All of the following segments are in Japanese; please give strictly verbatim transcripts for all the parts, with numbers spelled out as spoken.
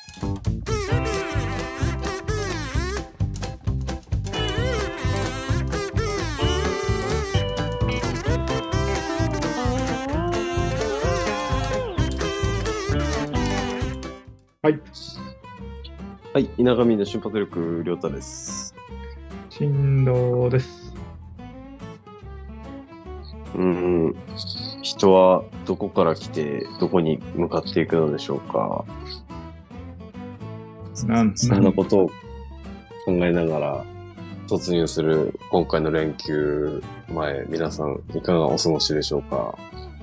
はい。 はい、田舎民の瞬発力、りょうたです。 振動です。 うん、人はどこから来て、どこに向かっていくのでしょうか。 なんそんなことを考えながら突入する今回の連休前、皆さんいかがお過ごしでしょうか。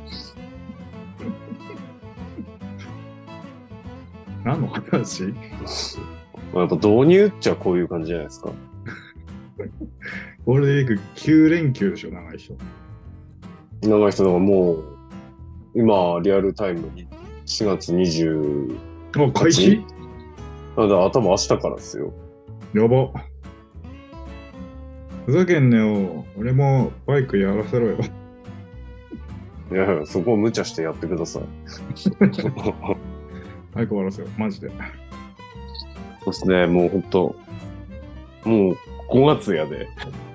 何の話？ やっぱ導入っちゃこういう感じじゃないですか。 ゴールデンウィークきゅう連休でしょ、長い人。 長い人だからもう、今、リアルタイムにしがつにじゅう。 もう開始？ なんだ、頭明日からですよ。 やば。ふざけんなよ。俺もバイクやらせろよ。 いやいや、そこを無茶してやってください。 バイク終わらせよ、マジで。 そうですね、もうほんと、もうごがつやで。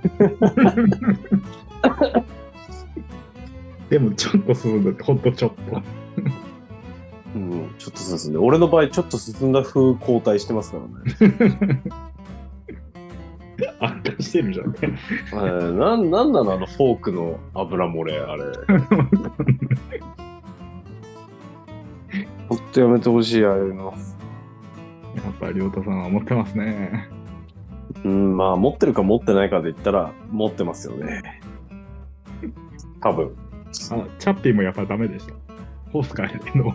でもちょっと進んだって、ほんとちょっと。 うん、ちょっと進んで。俺の場合、ちょっと進んだ風交代してますからね。 悪化してるじゃんね。 えー、なん、なんなのあのフォークの油漏れ、あれ。ほんとやめてほしい、ああいうの。 やっぱり、りょうたさんは持ってますね。 うん、まあ、持ってるか持ってないかで言ったら、持ってますよね。多分。 あ、チャッピーもやっぱダメでした。ホース変えないの。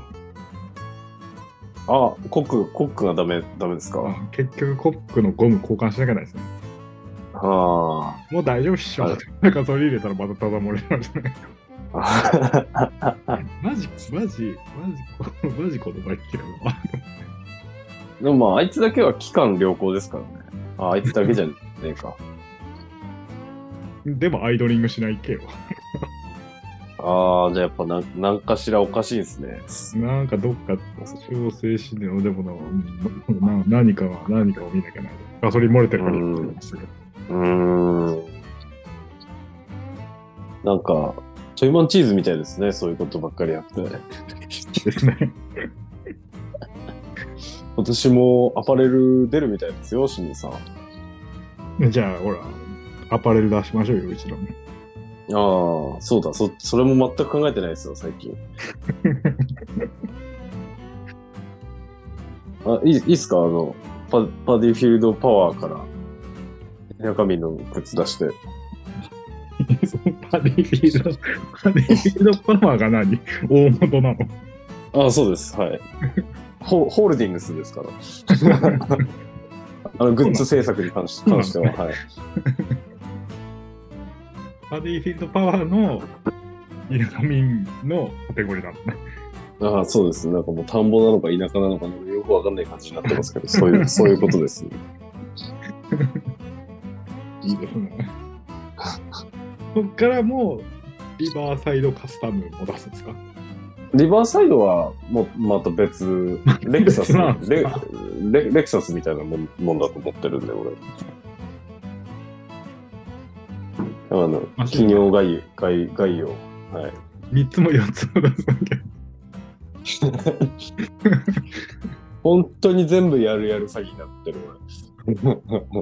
あ、コック、コックがダメ、ダメですか？ 結局、コックのゴム交換しなきゃないですね。 ああ。 もう大丈夫っしょ。なんかそれ入れたらまたただ漏れましたね。マジ、マジ、マジ、マジこのバイク嫌いな。 でもまあ、あいつだけは期間良好ですからね。あ、あいつだけじゃねえか。 でもアイドリングしない系よ。 ああ、じゃあやっぱななんかしらおかしいですね。 なんかどっか調整しねのでもな、な何かは何かを見なきゃない。ガソリン漏れてるから言ってますけど。 うーん。なんか、ちょいマンチーズみたいですね。そういうことばっかりやって。 ですね。 今年もアパレル出るみたいですよ、清水さん。 じゃあ、ほら、アパレル出しましょうよ、うちらも。 ああ、そうだ、そ、それも全く考えてないですよ、最近。あ、いい、いいっすかあの、パ、パディフィールドパワーから、田舎民の靴出して。 パディフィールド、パディフィールドパワーが何？大元なの？ ああ、そうです、はい。ホ、ホールディングスですから。あの、グッズ制作に関し、関しては、はい。 パディフィールドパワーの田舎民のカテゴリーなのね。 ああ、そうです。なんかもう田んぼなのか田舎なのかよくわかんない感じになってますけど、そういう、そういうことです、ね。 いいですね。こっからもうリバーサイドカスタムを出すんですか？ リバーサイドはもうまた別、レクサスレレ、レクサスみたいなもん、もんだと思ってるんで、俺。あの、企業概要、概概要。はい。 みっつもよっつも出すわけ。 本当に全部やるやる詐欺になってる、俺。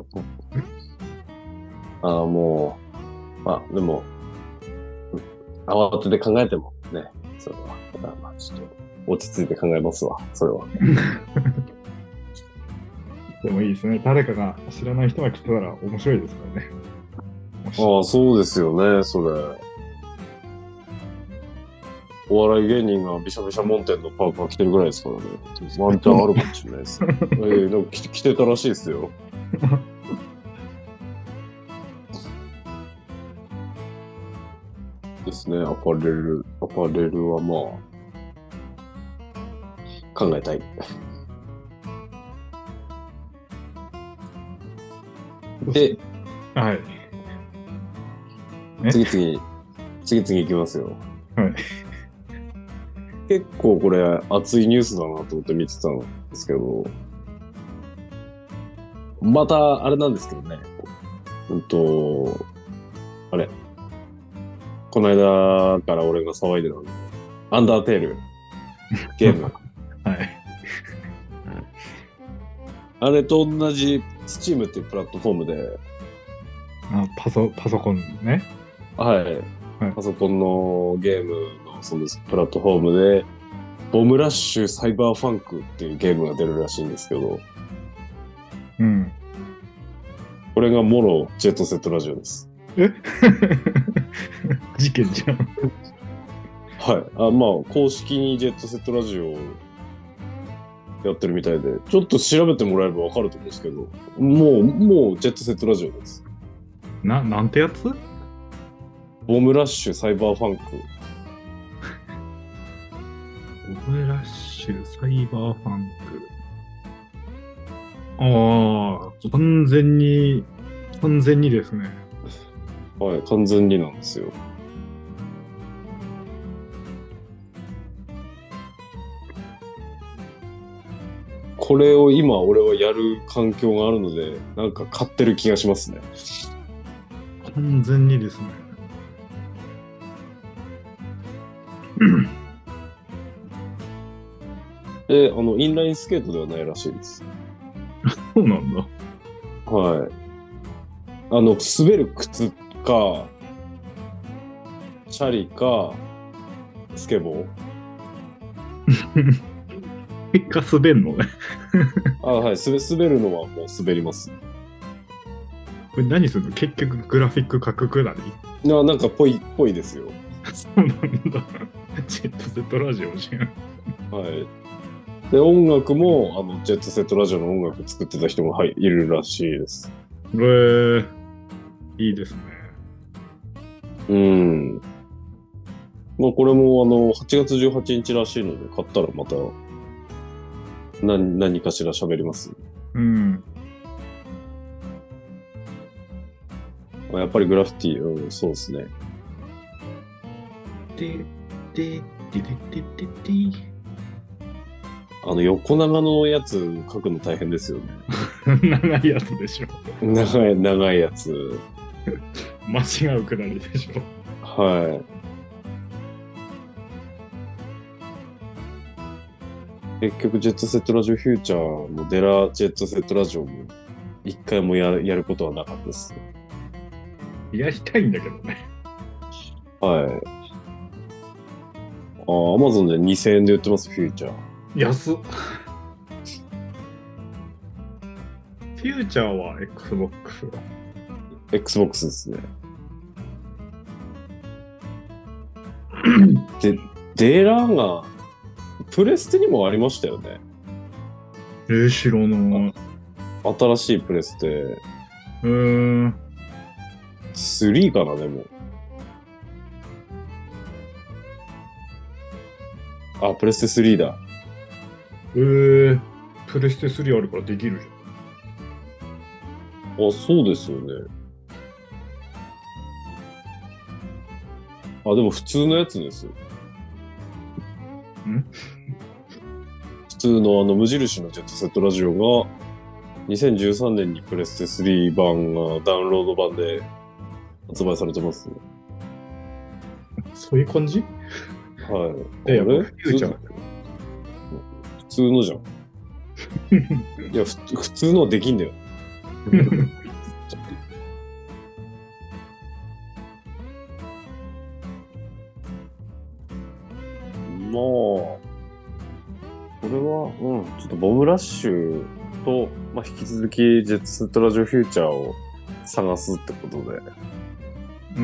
ああ、もう、まあ、でも、慌てて考えてもね、それは。まあ、ちょっと落ち着いて考えますわ、それは。 でもいいですね。誰かが知らない人が来たら面白いですからね。 ああ、そうですよね、それ。お笑い芸人がびしゃびしゃ門店のパーカー着てるぐらいですからね。ワンチャンあるかもしれないです。えー、でも着て、着てたらしいですよ。ですね、アパレル、アパレルはまあ、考えたい。で、 はい。 次々、次々いきますよ。 はい。 結構これ熱いニュースだなと思って見てたんですけど、またあれなんですけどね。うんと、あれ。この間から俺が騒いでたの。アンダーテール。ゲーム。 はい。 あれと同じ Steam っていうプラットフォームで、 あパソパソコンね。 はい、はい。パソコンのゲームのそのプラットフォームで、ボムラッシュサイバーファンクっていうゲームが出るらしいんですけど、 うん。 これがモロジェットセットラジオです。 え事件じゃん。 はい。あ、まあ、公式にジェットセットラジオをやってるみたいで、ちょっと調べてもらえればわかると思うんですけど、もう、もうジェットセットラジオです。 な、なんてやつ？ ボムラッシュサイバーファンク。 ボムラッシュサイバーファンク。ああ、完全に、完全にですね。 はい、完全になんですよ。これを今俺はやる環境があるので、なんか買ってる気がしますね。 完全にですね。 で、あの、インラインスケートではないらしいです。 そうなんだ。 はい。あの、滑る靴か、チャリか、スケボー。 結果滑るのね。 あ、はい。滑、滑るのはもう滑ります。 これ何するの？結局グラフィック書くくらい？ な、なんかぽい、ぽいですよ。 そうなんだ。ジェットセットラジオじゃん。 はい。で、音楽も、あの、ジェットセットラジオの音楽作ってた人も、はい、いるらしいです。 えー、いいですね。 うん。まあ、これも、あの、はちがつじゅうはちにちらしいので、買ったらまた、何、何かしら喋ります。 うん。 やっぱりグラフィティ、うん、そうですね。 で、で、で、で、で、で、で。 あの、横長のやつ書くの大変ですよね。 長いやつでしょ。 長い、長いやつ。 間違うくらいでしょ。 はい。結局、ジェットセットラジオフューチャーのデラジェットセットラジオも一回もややることはなかったです。 やりたいんだけどね。 はい。ああ、アマゾンでにせんえんで売ってます、フューチャー。 安っ。フューチャーは Xbox。 Xbox ですね。で、デラが、プレステにもありましたよね。 えー、白の。 新しいプレステ。 うーん。 スリーかな、でも。あ、プレステスリーだ。 えー、プレステスリーあるからできるじあ、そうですよね。あ、でも普通のやつですよ。 ん普通のあの無印のジェットセットラジオがにせんじゅうさんねんにプレステスリー版がダウンロード版で発売されてます、ね。 そういう感じ？ はい。 え、 あれフューチャー。 普通のじゃん。いや、ふ普通のはできんだよ。まあ、これは、うん、ちょっとボムラッシュと、まあ、引き続きジェットセットラジオフューチャーを探すってことで。 うん。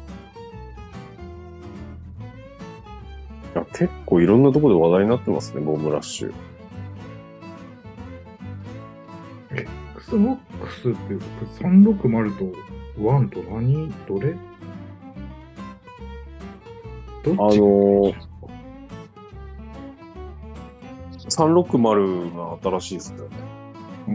いや、結構いろんなところで話題になってますね、ボムラッシュ。 Xbox ってさんびゃくろくじゅうといちと何どれどっち？ あのー、さんびゃくろくじゅうが新しいですよね。 うん。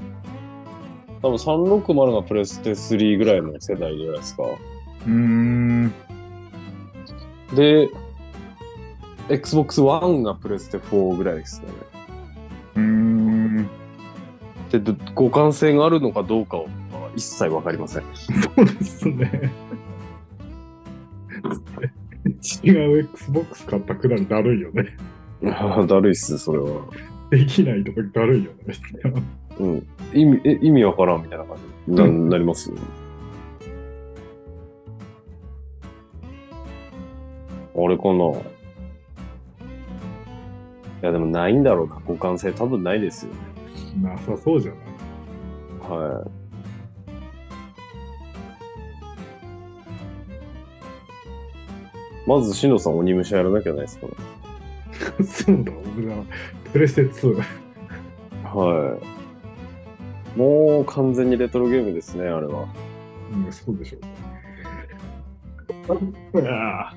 多分さんびゃくろくじゅうがプレステスリーぐらいの世代じゃないですか。 うーん。 で、 Xbox One がプレステフォーぐらいですかね。 うーん。 で、ど互換性があるのかどうかは一切わかりません。 そうですね。違う Xbox 買ったくらいだるいよね。 だるいっす、それは。 できないとかだるいよね。 うん。意味、え、意味わからんみたいな感じにな、なりますよね。あれかな。いや、でもないんだろうな。互換性多分ないですよね。 なさそうじゃない。 はい。まず、しのさん、鬼武者やらなきゃないですかね。 そうだ、僕がプレステツー。 はい。もう完全にレトロゲームですね、あれは。 うん、そうでしょう。いや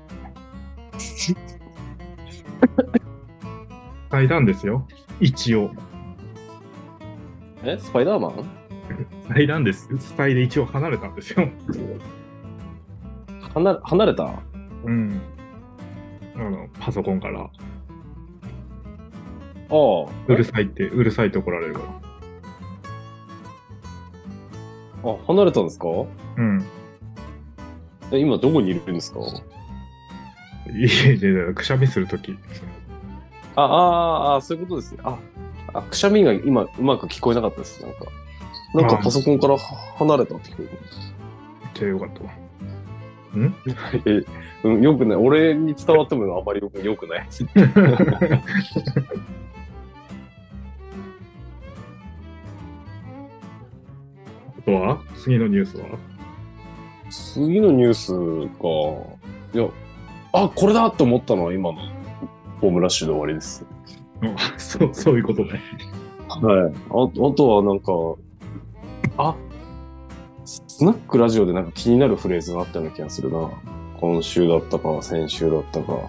階段ですよ。一応。 え、スパイダーマン階段です。スタイで一応離れたんですよ。 離れ、離れたうん。あの、パソコンから。 ああ。 うるさいって、うるさいって怒られるから。 あ、離れたんですかうん。 え、今どこにいるんですか家でくしゃみするとき。 あ、ああ、そういうことですね。あ、あ、くしゃみが今うまく聞こえなかったです。なんか、なんかパソコンから離れたって聞こえる。 じゃあよかったわ。んえ、うん、よくない。俺に伝わってもあんまりよくよくない。 あとは次のニュースは次のニュースか。いや、あ、これだと思ったのは今のホームラッシュで終わりです。 あそう、そういうことね。 はい。あ、あとはなんか、あ、スナックラジオでなんか気になるフレーズがあったような気がするな。今週だったか、先週だったか。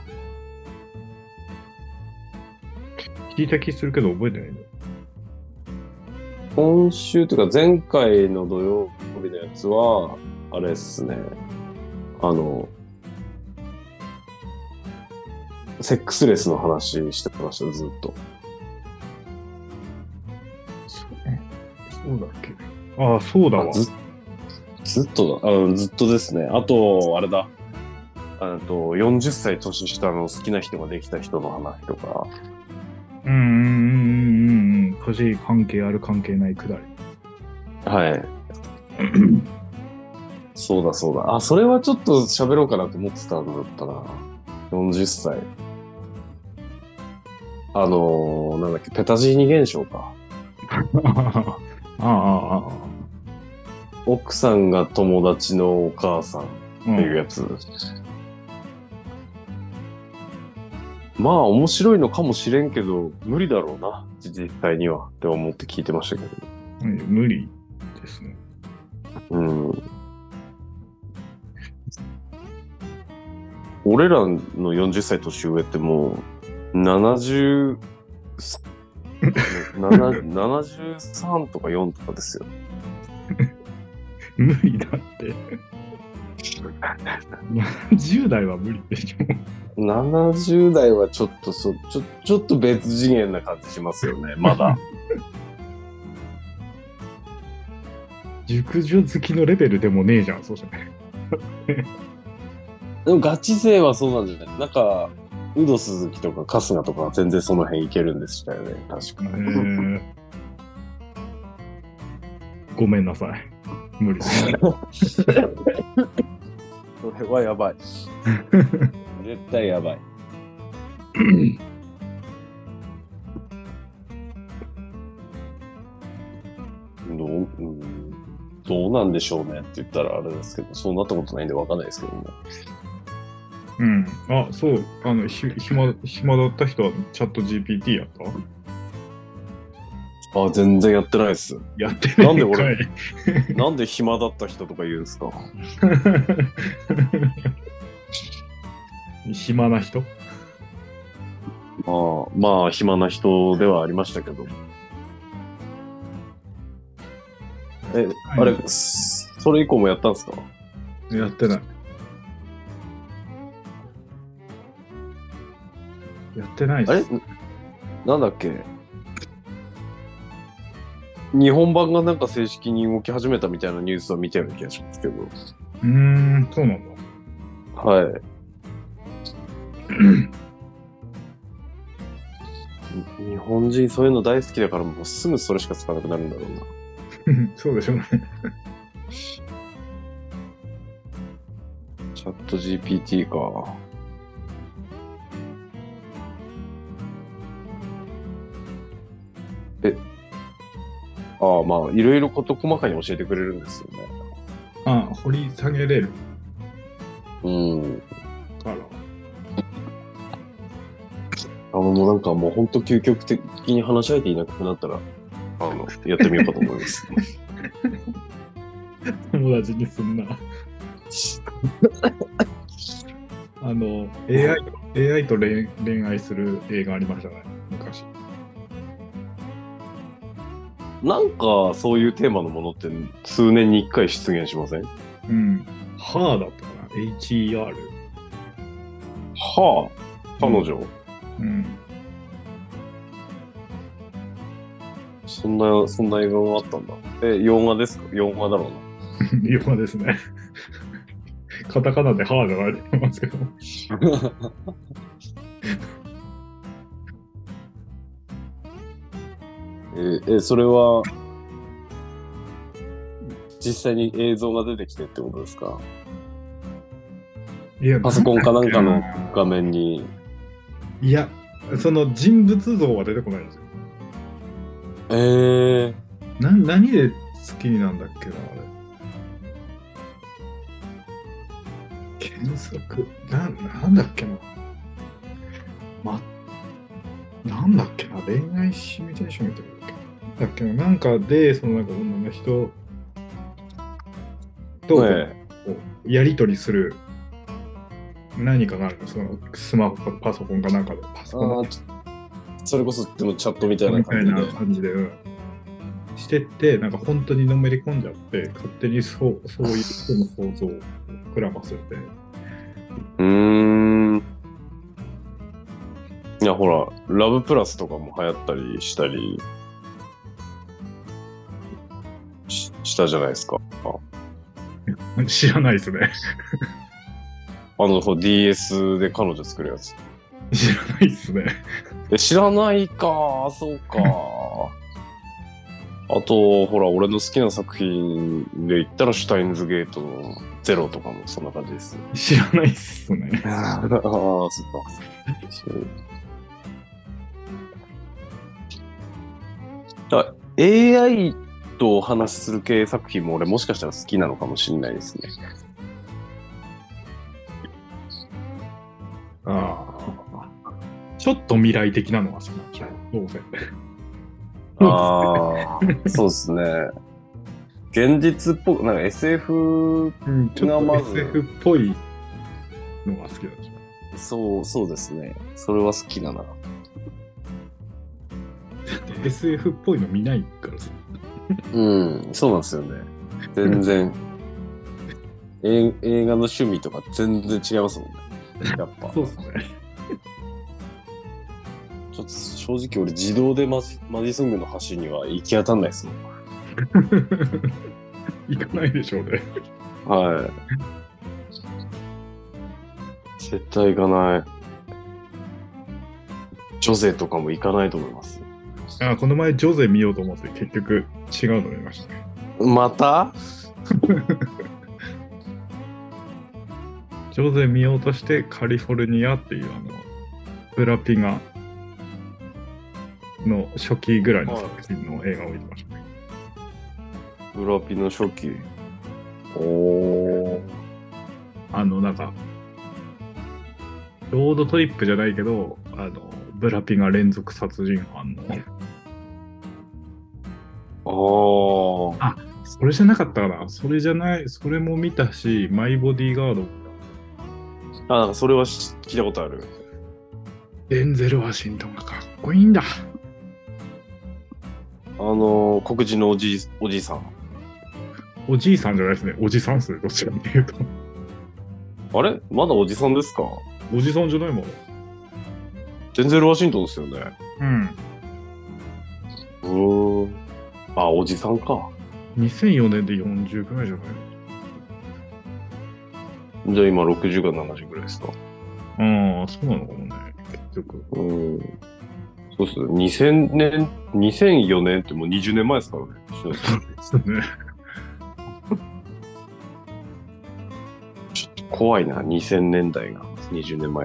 聞いた気するけど覚えてないんだよ。 今週というか前回の土曜日のやつは、あれっすね。あの、セックスレスの話してました、ずっと。 そうだっけ。ああ、そうだわ。 ずずっとだ、うん、ずっとですね。あと、あれだ。あと、よんじゅっさい年下の好きな人ができた人の話とか。 うんうんうんうんうん。個人関係ある関係ないくだり。 はい。そうだそうだ。あ、それはちょっと喋ろうかなと思ってたんだったな。よんじゅっさい。あのー、なんだっけ、ペタジーニ現象か。 ああ、ああ、 奥さんが友達のお母さんっていうやつ。うん、まあ面白いのかもしれんけど、無理だろうな、実際にはって思って聞いてましたけど。 うん、無理ですね。 うん。俺らのよんじゅっさい年上ってもうななじゅう、ななじゅうさんとかよんとかですよ。 無理だって。じゅう代は無理でしょ。 ななじゅう代はちょっとそちょちょっと別次元な感じしますよね、まだ。 熟女好きのレベルでもねえじゃん、そうじゃない。 でもガチ勢はそうなんじゃないなんか、ウド鈴木とか春日とかは全然その辺いけるんでしたよね、確か。 えー、ごめんなさい。無理です。 それはやばい。絶対やばい。どう、うん、どうなんでしょうねって言ったらあれですけど、そうなったことないんでわかんないですけどね。 うん。あ、そう。あの、ひ暇、暇だった人はチャット ジーピーティー やったあ、全然やってないです。 やってないなんで俺、なんで暇だった人とか言うんですか暇な人まあ、まあ、暇な人ではありましたけど。え、はい、あれ、それ以降もやったんですか？ やってない。 やってないあれっす。 なんだっけ日本版がなんか正式に動き始めたみたいなニュースは見たような気がしますけど。 うーん、そうなんだ。 はい。日本人そういうの大好きだからもうすぐそれしか使わなくなるんだろうな。 そうでしょうね。 チャット ジーピーティー か。え、ああまあいろいろ事細かに教えてくれるんですよね。 あ、掘り下げれるうん。 から。 あのもうなんかもう本当究極的に話し相手いなくなったら、あの、やってみようかと思います。 友達にすんな。あの、エーアイ と、エーアイ と恋恋愛する映画ありましたね、昔。 なんかそういうテーマのものって数年に一回出現しません？ うん。ハーだったかな ?エイチイーアール。 はあ、彼女、 うん。 そんな、そんな映画があったんだ。え、洋画ですか？洋画だろうな。 洋画ですね。カタカナでハーじゃないと思いますけど。 え、え、それは、実際に映像が出てきてってことですか？ いや、 パソコンかなんかの画面に。 いや、その人物像は出てこないんですよ。 えー、 な何で好きになんだっけな、あれ。検索、な、なんだっけな。ま、なんだっけな、恋愛シミュレーションみたいな。なんだっけな、なんかで、そのなんか女の人と、 えこうやりとりする何かがあるんですよ。そのスマホかパソコンかなんかで。パソコンあーそれこそでもチャットみたいなみたい感じで。 な感じで、うん、してって、なんか本当にのめり込んじゃって、勝手にそう、そういう人の想像を膨らませて。 うーん。いや、ほら、ラブプラスとかも流行ったりしたりし、したじゃないですか。 知らないですね。 あの、ディーエス で彼女作るやつ。 知らないですね。 え、知らないか、そうか。あと、ほら、俺の好きな作品で言ったら、シュタインズゲートのゼロとかもそんな感じです。 知らないっすね。 ああ、そっか。あ エーアイ とお話しする系作品も俺もしかしたら好きなのかもしれないですね。 ああ。ちょっと未来的なのは好きなんでしょう。どうせ。 ああ、そうですね。現実っぽく、なんか エスエフうん、ちょっとがまエスエず、 フ っぽいのが好きなんでしょう。 そう、そうですね。それは好きだな。 エスエフ っぽいの見ないからさ。 うん、そうなんですよね。全然。映映画の趣味とか全然違いますもんね。やっぱ。 そうっすね。 ちょっと正直俺自動でマジマジソングの橋には行き当たんないですもん。 行かないでしょうね。 はい。絶対行かない。ジョゼとかも行かないと思います。 あ、この前ジョゼ見ようと思って結局違うの見ましたね。 またジョゼ見ようとしてカリフォルニアっていうあのブラピがの初期ぐらいの作品の映画を見てましたね。 ブラピの初期。おー。 あのなんかロードトリップじゃないけど、あのブラピが連続殺人犯の。 ああ、それじゃなかったかな。それじゃない、それも見たし、マイボディーガードも見あ。あ、なんかそれは聞いたことある。 た。デンゼル・ワシントンがかっこいいんだ。 あのー、黒人のおじい、おじいさん。 おじいさんじゃないですね。おじさんっすね。どちらかというと。 あれまだおじさんですか？ おじさんじゃないもん。 ってデンゼル・ワシントンですよね。 うん。 うーん。あ、おじさんか。 にせんよねんでよんじゅうくらいじゃない？ じゃあ今ろくじゅうかななじゅうぐらいですか。 ああ、そうなのかもね、結局。 うん。そうっす。にせんねん、にせんよねんってもうにじゅうねんまえですからね。 そうね。 ちょっと怖いな、にせんねんだいがにじゅうねんまえって。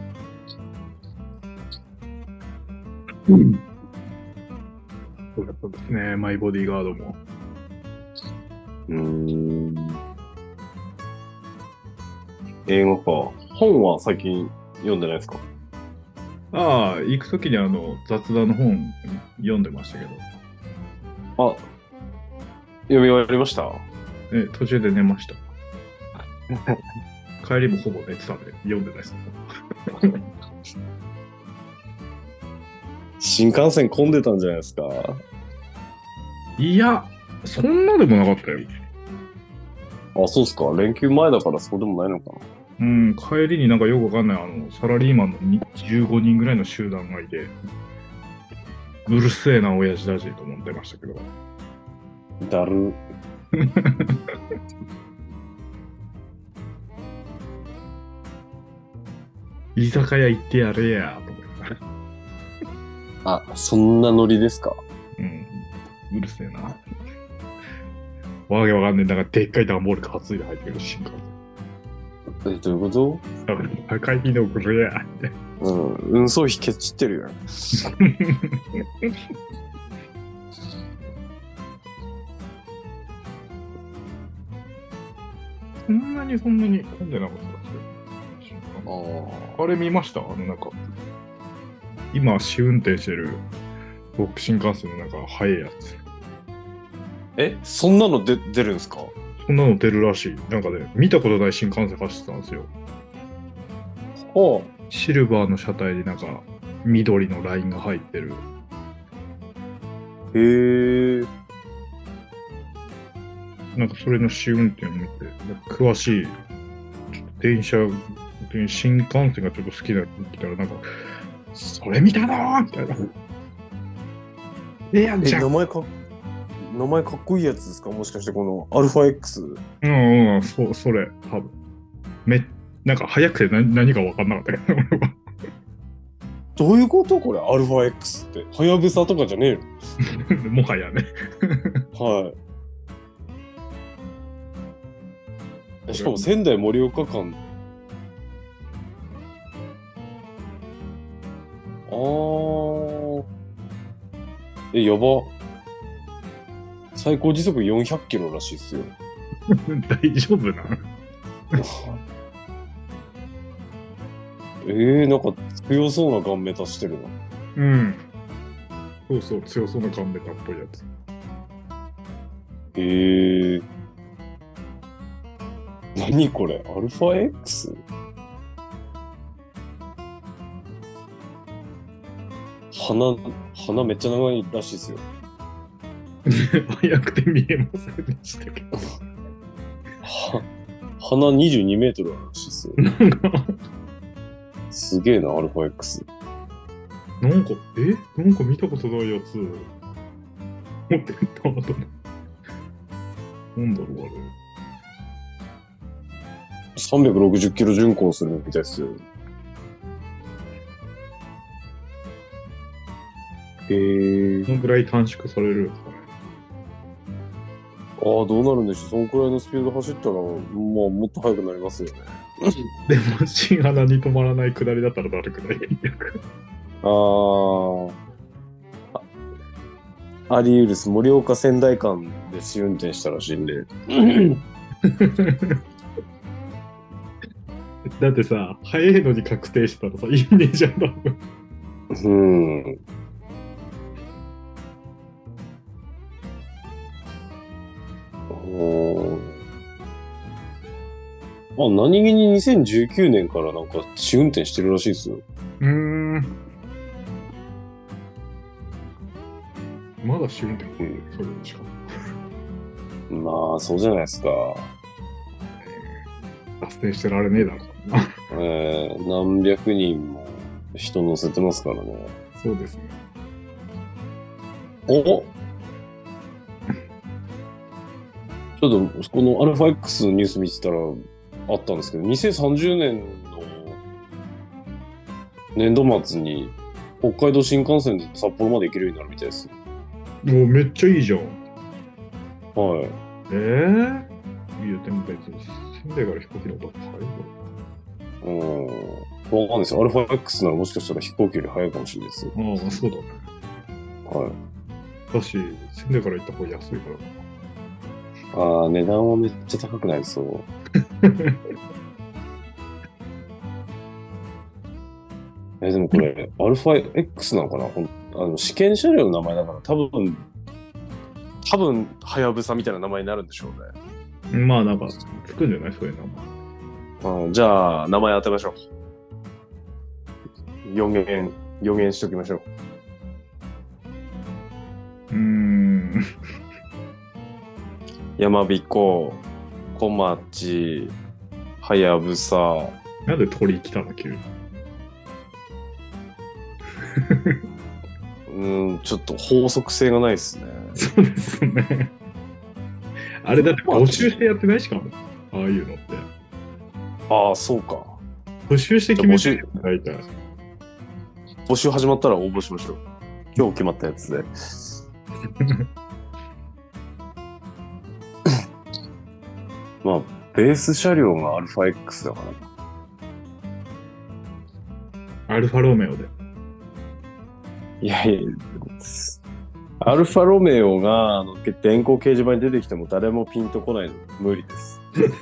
うん。そうだったですね、マイボディーガードも。 うーん。映画か。本は最近読んでないですか？ ああ、行くときにあの雑談の本読んでましたけど、 あ、読み終わりました？ え途中で寝ました。帰りもほぼ寝てたんで、読んでないです。 新幹線混んでたんじゃないですか？ いや、そんなでもなかったよ。 あ、そうっすか。連休前だからそうでもないのかな。 うん、帰りになんかよくわかんないあのサラリーマンのにじゅうごにんぐらいの集団がいて、うるせえな親父だしと思ってましたけど。 だる。 居酒屋行ってやれやと思いながら。 あ、そんなノリですか？ うん、うるせえな。わけわかんねえ、なんかでっかい段ボール担いで入ってくる新幹線。 え、どういうこと？ だから高いのくれやって。 うん、運送費ケチってるよ。 そんなにそんなに混んでなかったですよ。ああれ見ました？あのなんか今試運転してる僕新幹線のなんか速いやつ。 え、そんなので出るんですか？ そんなの出るらしい。なんかね、見たことない新幹線走ってたんですよ。 はシルバーの車体になんか緑のラインが入ってる。 あ。へえ。 なんかそれの試運転を見て、なんか詳しい、ちょっと電車、新幹線がちょっと好きなって言ったら、なんか、それ見たのーみたいな。ええやんじえ、 ゃん。 名前か、名前かっこいいやつですか？もしかしてこのアルファ X？ うんうん、そそれ、多分。めなんか早くて何何か分かんなかったけど、 どういうことこれ、アルファ X って。はやぶさとかじゃねえの？ もはやね。 はい。しかも仙台盛岡間。あー。え、やば。最高時速よんひゃくキロらしいっすよ。 大丈夫なの？ えー、なんか強そうな顔面足してるな。 うん。そうそう、強そうなガンベタっぽいやつ。 えー。何これアルファ X？ 鼻、鼻めっちゃ長いらしいですよ。 早くて見えませんでしたけど。 は鼻にじゅうにメートルあるらしいですよ。 なんか、 すげえな、アルファ X。 なんか、えなんか見たことないやつ持ってたと思って。なんだろう、あれ。 さんびゃくろくじゅっキロ巡航するみたいですよ。へー。 どのぐらい短縮されるんですかね。 ああ、どうなるんでしょう。そのくらいのスピードで走ったら、まあ、もっと速くなりますよね。 でも、新鼻に止まらない下りだったらだるくない？ ああ。アリウルス、盛岡仙台間で試運転したらしいんで。 だってさ、速いのに確定したらさ、意味ねえじゃん、多分。 うん。あ、何気ににせんじゅうきゅうねんからなんか試運転してるらしいですよ。 うーん。まだ試運転、うん、それしかも。まあ、そうじゃないですか。 脱線してられねえだろうな。 えー、何百人も人乗せてますからね。 そうですね。 おちょっとこの アルファエックス のニュース見てたらあったんですけど、にせんさんじゅうねんの年度末に北海道新幹線で札幌まで行けるようになるみたいです。 もうめっちゃいいじゃん。 はい。 えー、いや、でも別に仙台から飛行機の方が早いわ。 うん。わかんないですよ。アルファエックスならもしかしたら飛行機より早いかもしれないですよ。 ああ、そうだね。 はい。 だし、仙台から行った方が安いからな。 ああ、値段はめっちゃ高くないそう。え、でもこれ、アルファエックスなのかなほんあの試験車両の名前だから、多分、多分、はやぶさみたいな名前になるんでしょうね。 まあ、なんか、つくんじゃないそういう名前。 うん、じゃあ、名前当てましょう。予言、予言しときましょう。 うーん。 やまびこ、こまち、はやぶさ。 なんで鳥来たの急に。 うーん、ちょっと法則性がないですね。 そうですね。あれだって募集してやってないしかも。ああいうのって。 ああ、そうか。 募集して決めてるよ大体。 募集始まったら応募しましょう。今日決まったやつで。まあ、ベース車両が アルファエックス だから。 アルファロメオで。 いやいや、アルファロメオがあの電光掲示板に出てきても誰もピンとこないの無理です。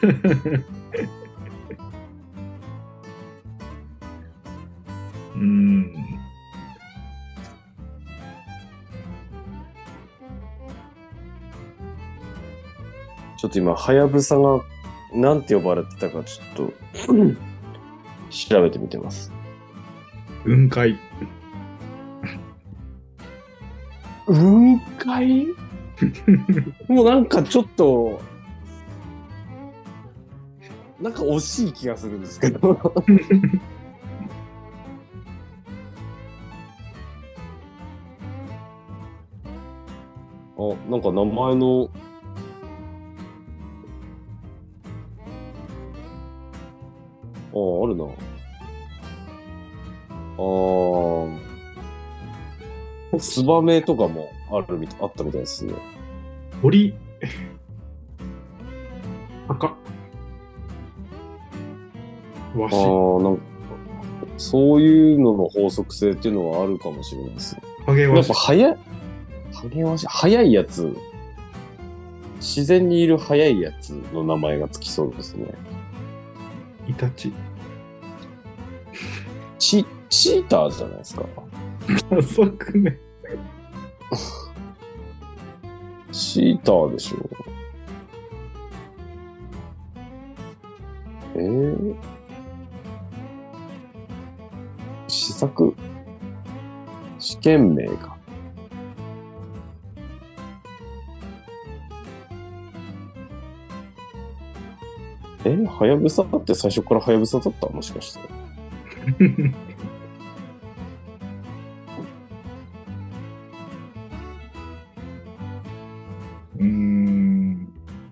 うーん。 ちょっと今、はやぶさがなんて呼ばれてたかちょっと調べてみてます。 雲海。 雲海もうなんかちょっと、なんか惜しい気がするんですけど。あ、なんか名前の、ああ、あるな。ああ、ツバメとかもあるみたあったみたいですね。 鳥。赤。わし。 ああ、なんか、そういうのの法則性っていうのはあるかもしれないですね。やっハゲワシぱ早い、ハゲワシ、早いやつ、自然にいる早いやつの名前がつきそうですね。 イタチ。 チ、チーターじゃないですか。 遅くね。 チーターでしょ。えー、試作試験名か。え、はやぶさって最初からはやぶさだったもしかして。 うーん。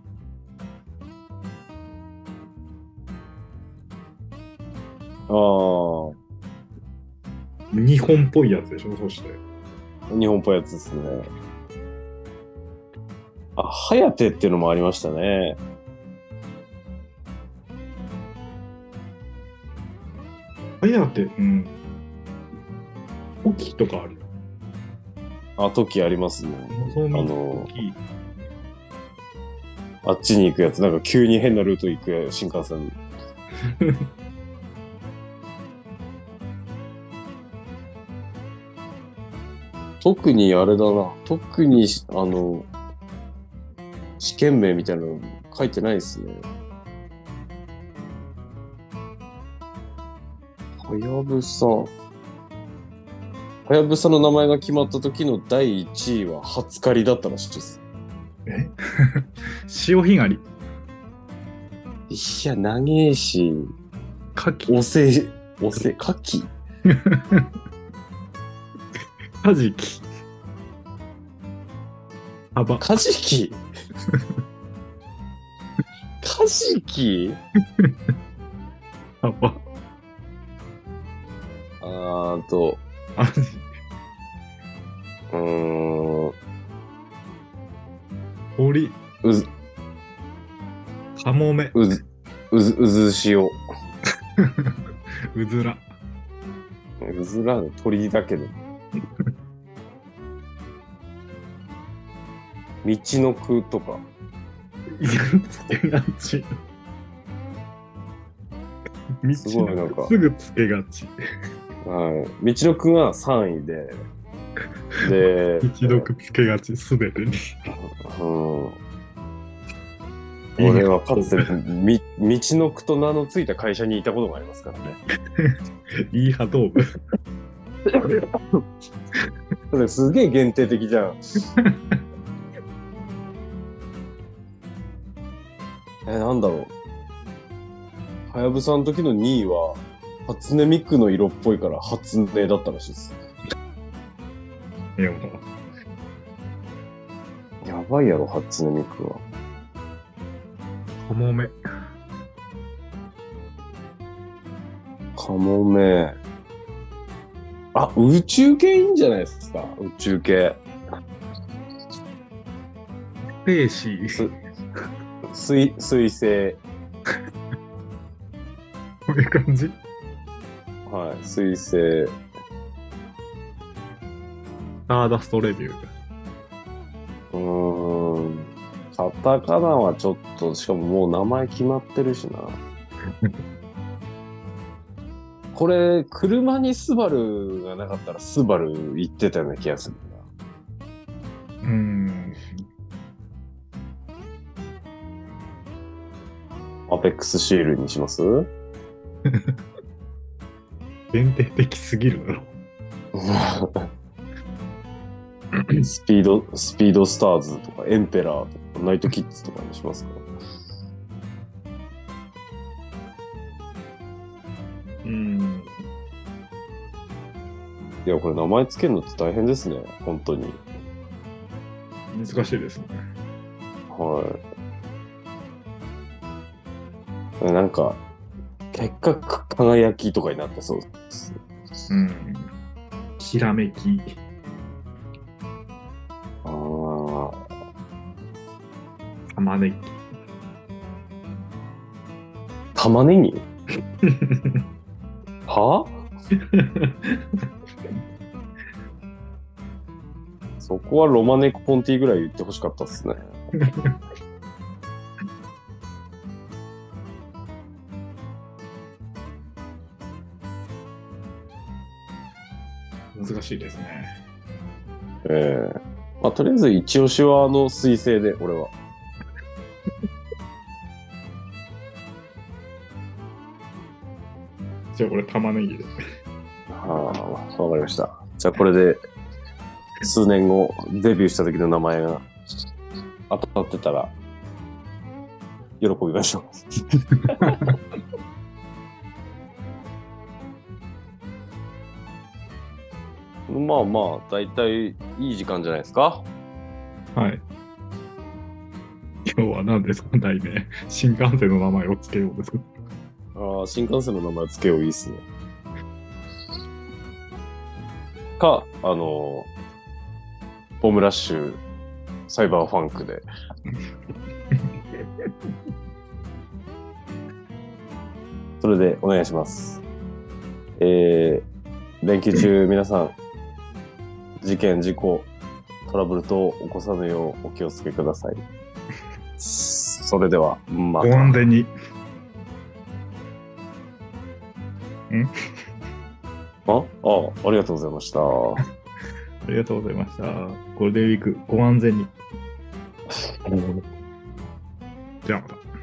ああ、 日本っぽいやつでしょ、そして。 日本っぽいやつですね。あ、はやてっていうのもありましたね。 はやて、うん。オキとかあるよ。 あ、時ありますね。 あのあっちに行くやつ、なんか急に変なルート行くや新幹線。特にあれだな。特に、あの、試験名みたいなの書いてないですね。はやぶさ。はやぶさの名前が決まった時のだいいちいは初狩りだったらしいです。 え潮干狩り。 いや、長えし。 カキ。 おせ、おせ、かき。 カジキ。幅。 カジキカジキ幅。 あーと、 アジ。 うーん、 鳥。 うず、 カモメ。 うず、うず、うずしお。 うずら。 うずらの鳥だけど。道のくとか。 いや、つけがち。 すごいなんかすぐつけがち。 はい。道のくがさんいで、で、 一読つけがち、すべてに。 うん。俺はかつて、み、道のくと名のついた会社にいたことがありますからね。 いい波動部。 それすげえ限定的じゃん。え、なんだろう。はやぶさの時のにいは、初音ミクの色っぽいから初音だったらしいです。 いや、もう。 やばいやろ、初音ミクは。 カモメ。 カモメ。あ、宇宙系いいんじゃないですか。宇宙系。 スペーシー。 す水、水星。 こういう感じ。 はい、水星。 スターダストレビュー。 うーん。カタカナはちょっと、しかももう名前決まってるしな。これ、車にスバルがなかったらスバル行ってたような気がするうーん。 な。アペックスシールにします限定的すぎるだろ。 スピード、スピードスターズとかエンペラーとかナイトキッズとかにしますか？ うーん。 いや、これ名前つけるのって大変ですね。本当に。 難しいですね。 はい。なんか、結果、輝きとかになってそうです。 うん。ひらめき。 ああ。 玉ねぎ。 玉ねぎはそこはロマネコポンティぐらい言ってほしかったっすね。 難しいですね。 ええまあ、とりあえず一押しはあの水星で、俺は。 じゃあこれ玉ねぎで。 はあ、わかりました。じゃあこれで、数年後、デビューした時の名前が当たってたら、喜びましょう。まあまあ、だいたいいい時間じゃないですか。 はい。今日は何ですか、題名。新幹線の名前をつけようですか。 ああ、新幹線の名前つけよういいっすね。か、あの、ボムラッシュ、サイバーファンクで。それでお願いします。えー、連休中皆さん、事件、事故、トラブル等起こさぬようお気をつけください。それでは、また。 ご安全に。んああ、ありがとうございました。 ありがとうございました。ゴールデンウィーク、ご安全に。じゃあまた。